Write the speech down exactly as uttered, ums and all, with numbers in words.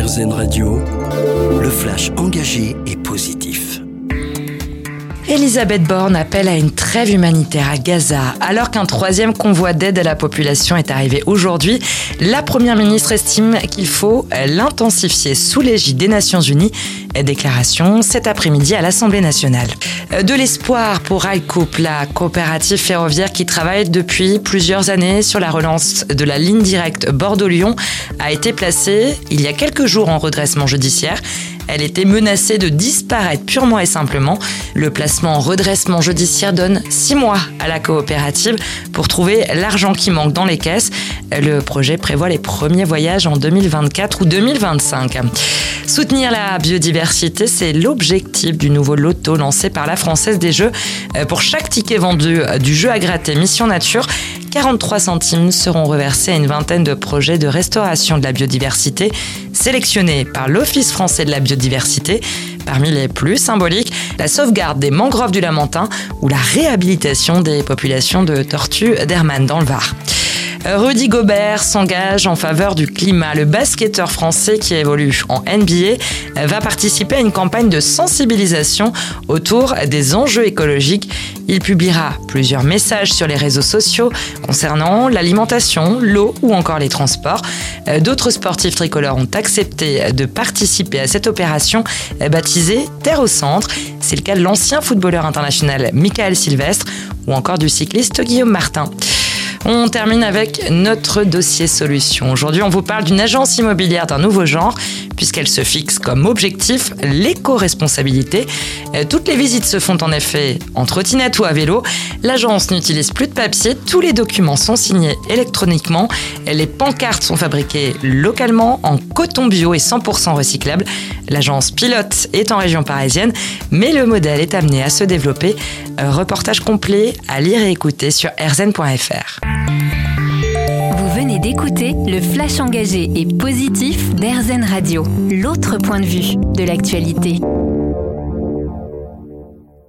RZN Radio, le flash engagé et positif. Elisabeth Borne appelle à une trêve humanitaire à Gaza. Alors qu'un troisième convoi d'aide à la population est arrivé aujourd'hui, la Première ministre estime qu'il faut l'intensifier sous l'égide des Nations Unies. Déclaration cet après-midi à l'Assemblée nationale. De l'espoir pour Railcoop, la coopérative ferroviaire qui travaille depuis plusieurs années sur la relance de la ligne directe Bordeaux-Lyon, a été placée il y a quelques jours en redressement judiciaire. Elle était menacée de disparaître purement et simplement. Le placement en redressement judiciaire donne six mois à la coopérative pour trouver l'argent qui manque dans les caisses. Le projet prévoit les premiers voyages en deux mille vingt-quatre ou deux mille vingt-cinq. Soutenir la biodiversité, c'est l'objectif du nouveau loto lancé par la Française des Jeux. Pour chaque ticket vendu du jeu à gratter Mission Nature, quarante-trois centimes seront reversés à une vingtaine de projets de restauration de la biodiversité sélectionnés par l'Office français de la biodiversité. Parmi les plus symboliques, la sauvegarde des mangroves du Lamentin ou la réhabilitation des populations de tortues d'Hermann dans le Var. Rudy Gobert s'engage en faveur du climat. Le basketteur français qui évolue en N B A va participer à une campagne de sensibilisation autour des enjeux écologiques. Il publiera plusieurs messages sur les réseaux sociaux concernant l'alimentation, l'eau ou encore les transports. D'autres sportifs tricolores ont accepté de participer à cette opération baptisée Terre au centre. C'est le cas de l'ancien footballeur international Michael Sylvestre ou encore du cycliste Guillaume Martin. On termine avec notre dossier solution. Aujourd'hui, on vous parle d'une agence immobilière d'un nouveau genre, puisqu'elle se fixe comme objectif l'éco-responsabilité. Toutes les visites se font en effet en trottinette ou à vélo. L'agence n'utilise plus de papier, tous les documents sont signés électroniquement. Les pancartes sont fabriquées localement en coton bio et cent pour cent recyclable. L'agence pilote est en région parisienne, mais le modèle est amené à se développer. Un reportage complet à lire et écouter sur r z n point f r. Vous venez d'écouter le flash engagé et positif d'R Z N Radio, l'autre point de vue de l'actualité.